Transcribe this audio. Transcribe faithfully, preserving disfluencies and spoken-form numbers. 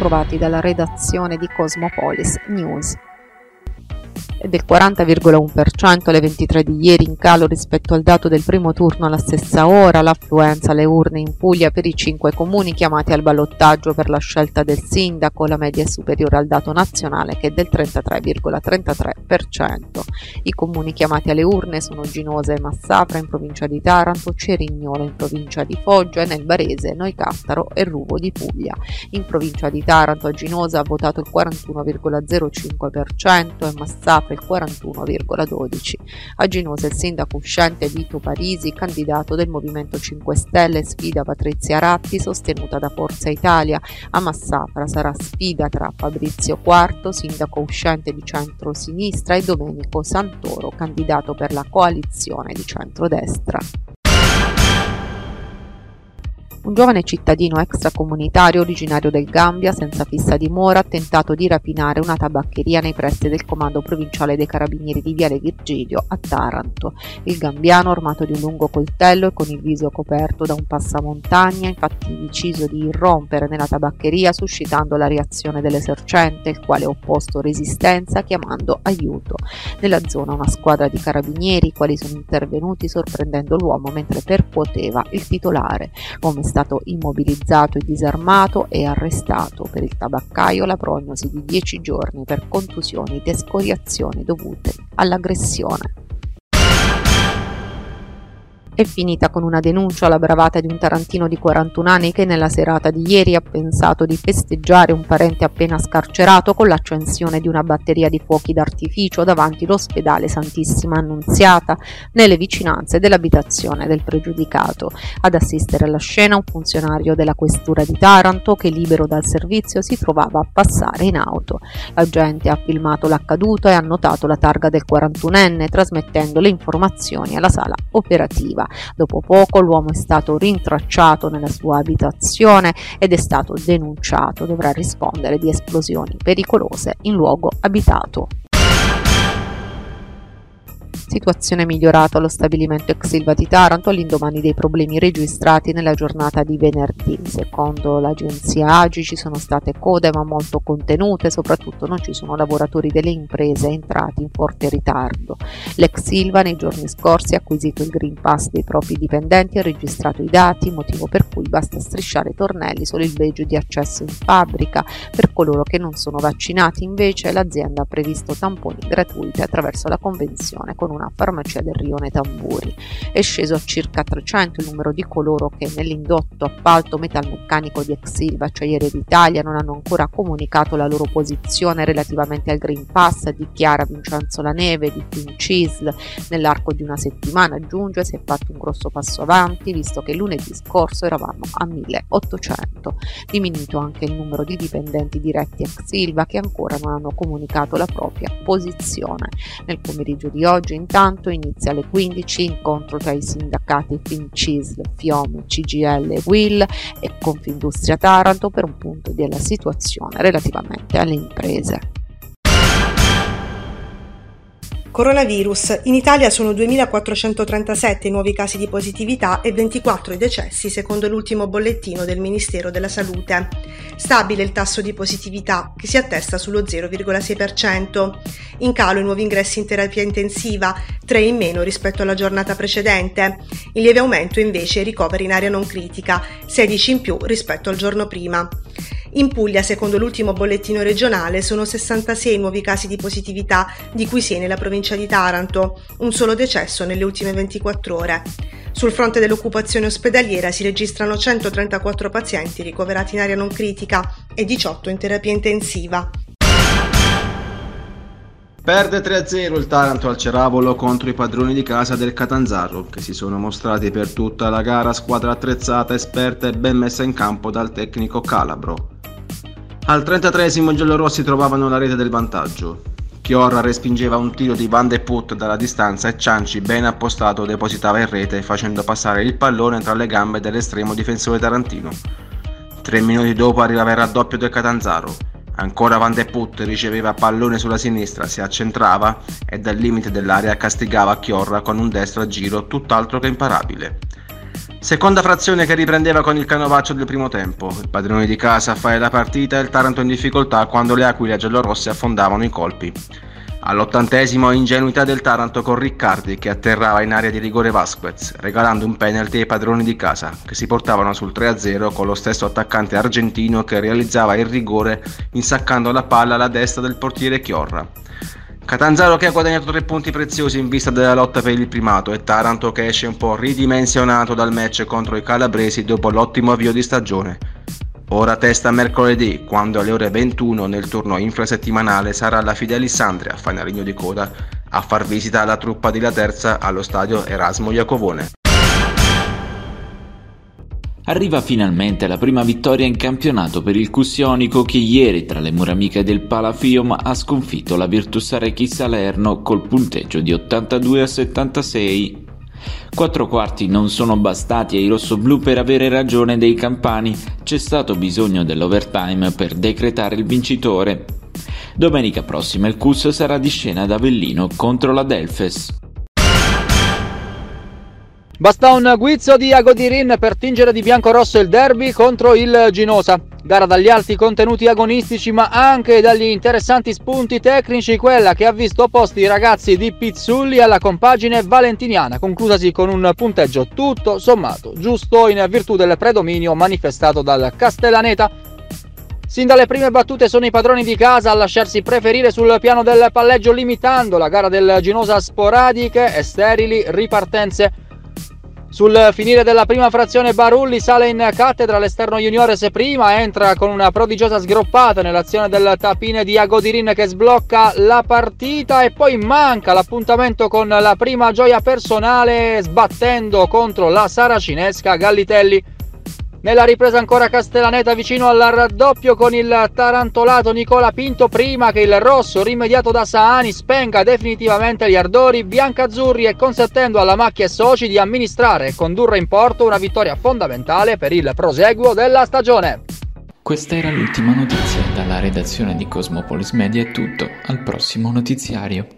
trovati dalla redazione di Cosmopolis News. È del quaranta virgola uno per cento alle ventitré di ieri, in calo rispetto al dato del primo turno alla stessa ora, l'affluenza alle urne in Puglia per i cinque comuni chiamati al ballottaggio per la scelta del sindaco. La media è superiore al dato nazionale, che è del trentatré virgola trentatré per cento. I comuni chiamati alle urne sono Ginosa e Massafra in provincia di Taranto, Cerignola in provincia di Foggia e nel Barese Noicattaro e Ruvo di Puglia. In provincia di Taranto a Ginosa ha votato il quarantuno virgola zero cinque per cento e Massafra il quarantuno virgola dodici per cento. A Ginosa il sindaco uscente Vito Parisi, candidato del Movimento cinque Stelle, sfida Patrizia Ratti, sostenuta da Forza Italia. A Massafra sarà sfida tra Fabrizio Quarto, sindaco uscente di centro-sinistra, e Domenico Santoro, candidato per la coalizione di centrodestra. Un giovane cittadino extracomunitario originario del Gambia, senza fissa dimora, ha tentato di rapinare una tabaccheria nei pressi del comando provinciale dei Carabinieri di Viale Virgilio a Taranto. Il gambiano, armato di un lungo coltello e con il viso coperto da un passamontagna, infatti ha deciso di irrompere nella tabaccheria, suscitando la reazione dell'esercente, il quale ha opposto resistenza chiamando aiuto. Nella zona una squadra di carabinieri, i quali sono intervenuti sorprendendo l'uomo mentre percuoteva il titolare. Come è stato immobilizzato e disarmato e arrestato. Per il tabaccaio la prognosi di dieci giorni per contusioni ed escoriazioni dovute all'aggressione. È finita con una denuncia alla bravata di un tarantino di quarantuno anni che nella serata di ieri ha pensato di festeggiare un parente appena scarcerato con l'accensione di una batteria di fuochi d'artificio davanti l'ospedale Santissima Annunziata, nelle vicinanze dell'abitazione del pregiudicato. Ad assistere alla scena un funzionario della questura di Taranto che, libero dal servizio, si trovava a passare in auto. L'agente ha filmato l'accaduto e ha annotato la targa del quarantunenne, trasmettendo le informazioni alla sala operativa. Dopo poco l'uomo è stato rintracciato nella sua abitazione ed è stato denunciato. Dovrà rispondere di esplosioni pericolose in luogo abitato. Situazione migliorata allo stabilimento ex Ilva di Taranto all'indomani dei problemi registrati nella giornata di venerdì. Secondo l'agenzia A G I ci sono state code ma molto contenute, soprattutto non ci sono lavoratori delle imprese entrati in forte ritardo. L'ex Ilva nei giorni scorsi ha acquisito il Green Pass dei propri dipendenti e ha registrato i dati, motivo per cui basta strisciare i tornelli solo il badge di accesso in fabbrica. Per coloro che non sono vaccinati invece l'azienda ha previsto tamponi gratuiti attraverso la convenzione con una farmacia del rione Tamburi. È sceso a circa trecento il numero di coloro che nell'indotto appalto metalmeccanico di ex Ilva Acciaierie d'Italia non hanno ancora comunicato la loro posizione relativamente al Green Pass, dichiara Vincenzo Laneve di Fincisl. Nell'arco di una settimana, aggiunge, si è fatto un grosso passo avanti, visto che lunedì scorso eravamo a milleottocento. Diminuito anche il numero di dipendenti diretti ex Ilva che ancora non hanno comunicato la propria posizione. Nel pomeriggio di oggi intanto inizia alle quindici incontro tra i sindacati Fincisl, Fiom, C G I L e U I L e Confindustria Taranto per un punto della situazione relativamente alle imprese. Coronavirus. In Italia sono duemilaquattrocentotrentasette i nuovi casi di positività e ventiquattro i decessi secondo l'ultimo bollettino del Ministero della Salute. Stabile il tasso di positività che si attesta sullo zero virgola sei per cento. In calo i nuovi ingressi in terapia intensiva, tre in meno rispetto alla giornata precedente. In lieve aumento invece i ricoveri in area non critica, sedici in più rispetto al giorno prima. In Puglia, secondo l'ultimo bollettino regionale, sono sessantasei nuovi casi di positività, di cui sei nella provincia di Taranto, un solo decesso nelle ultime ventiquattro ore. Sul fronte dell'occupazione ospedaliera si registrano centotrentaquattro pazienti ricoverati in area non critica e diciotto in terapia intensiva. Perde tre a zero il Taranto al Ceravolo contro i padroni di casa del Catanzaro, che si sono mostrati per tutta la gara squadra attrezzata, esperta e ben messa in campo dal tecnico calabro. Al trentatreesimo i giallorossi trovavano la rete del vantaggio. Chiorra respingeva un tiro di Van de Put dalla distanza e Cianci, ben appostato, depositava in rete facendo passare il pallone tra le gambe dell'estremo difensore tarantino. Tre minuti dopo arrivava il raddoppio del Catanzaro. Ancora Van de Put riceveva pallone sulla sinistra, si accentrava e dal limite dell'area castigava Chiorra con un destro a giro tutt'altro che imparabile. Seconda frazione che riprendeva con il canovaccio del primo tempo. Il padrone di casa a fare la partita e il Taranto in difficoltà quando le aquile giallorosse affondavano i colpi. All'ottantesimo ingenuità del Taranto con Riccardi che atterrava in area di rigore Vasquez, regalando un penalty ai padroni di casa, che si portavano sul tre a zero con lo stesso attaccante argentino che realizzava il rigore insaccando la palla alla destra del portiere Chiorra. Catanzaro che ha guadagnato tre punti preziosi in vista della lotta per il primato e Taranto che esce un po' ridimensionato dal match contro i calabresi dopo l'ottimo avvio di stagione. Ora testa mercoledì, quando alle ore ventuno nel turno infrasettimanale sarà la Fidelis Andria, fanalino di coda, a far visita alla truppa di La Terza allo stadio Erasmo Iacovone. Arriva finalmente la prima vittoria in campionato per il Cussionico che ieri tra le mura amiche del Palafium ha sconfitto la Virtus Arechi Salerno col punteggio di ottantadue a settantasei. Quattro quarti non sono bastati ai rossoblù per avere ragione dei campani, c'è stato bisogno dell'overtime per decretare il vincitore. Domenica prossima il Cus sarà di scena ad Avellino contro la Delfes. Basta un guizzo di Agodirin per tingere di bianco-rosso il derby contro il Ginosa. Gara dagli alti contenuti agonistici ma anche dagli interessanti spunti tecnici, quella che ha visto opposti i ragazzi di Pizzulli alla compagine valentiniana, conclusasi con un punteggio tutto sommato giusto in virtù del predominio manifestato dal Castellaneta. Sin dalle prime battute sono i padroni di casa a lasciarsi preferire sul piano del palleggio, limitando la gara del Ginosa a sporadiche e sterili ripartenze. Sul finire della prima frazione Barulli sale in cattedra, l'esterno juniores prima entra con una prodigiosa sgroppata nell'azione del tapine di Agodirin che sblocca la partita e poi manca l'appuntamento con la prima gioia personale sbattendo contro la saracinesca Gallitelli. Nella ripresa ancora Castellaneta vicino al raddoppio con il tarantolato Nicola Pinto prima che il rosso rimediato da Saani spenga definitivamente gli ardori biancazzurri e consentendo alla Macchia e Soci di amministrare e condurre in porto una vittoria fondamentale per il proseguo della stagione. Questa era l'ultima notizia. Dalla redazione di Cosmopolis Media è tutto, al prossimo notiziario.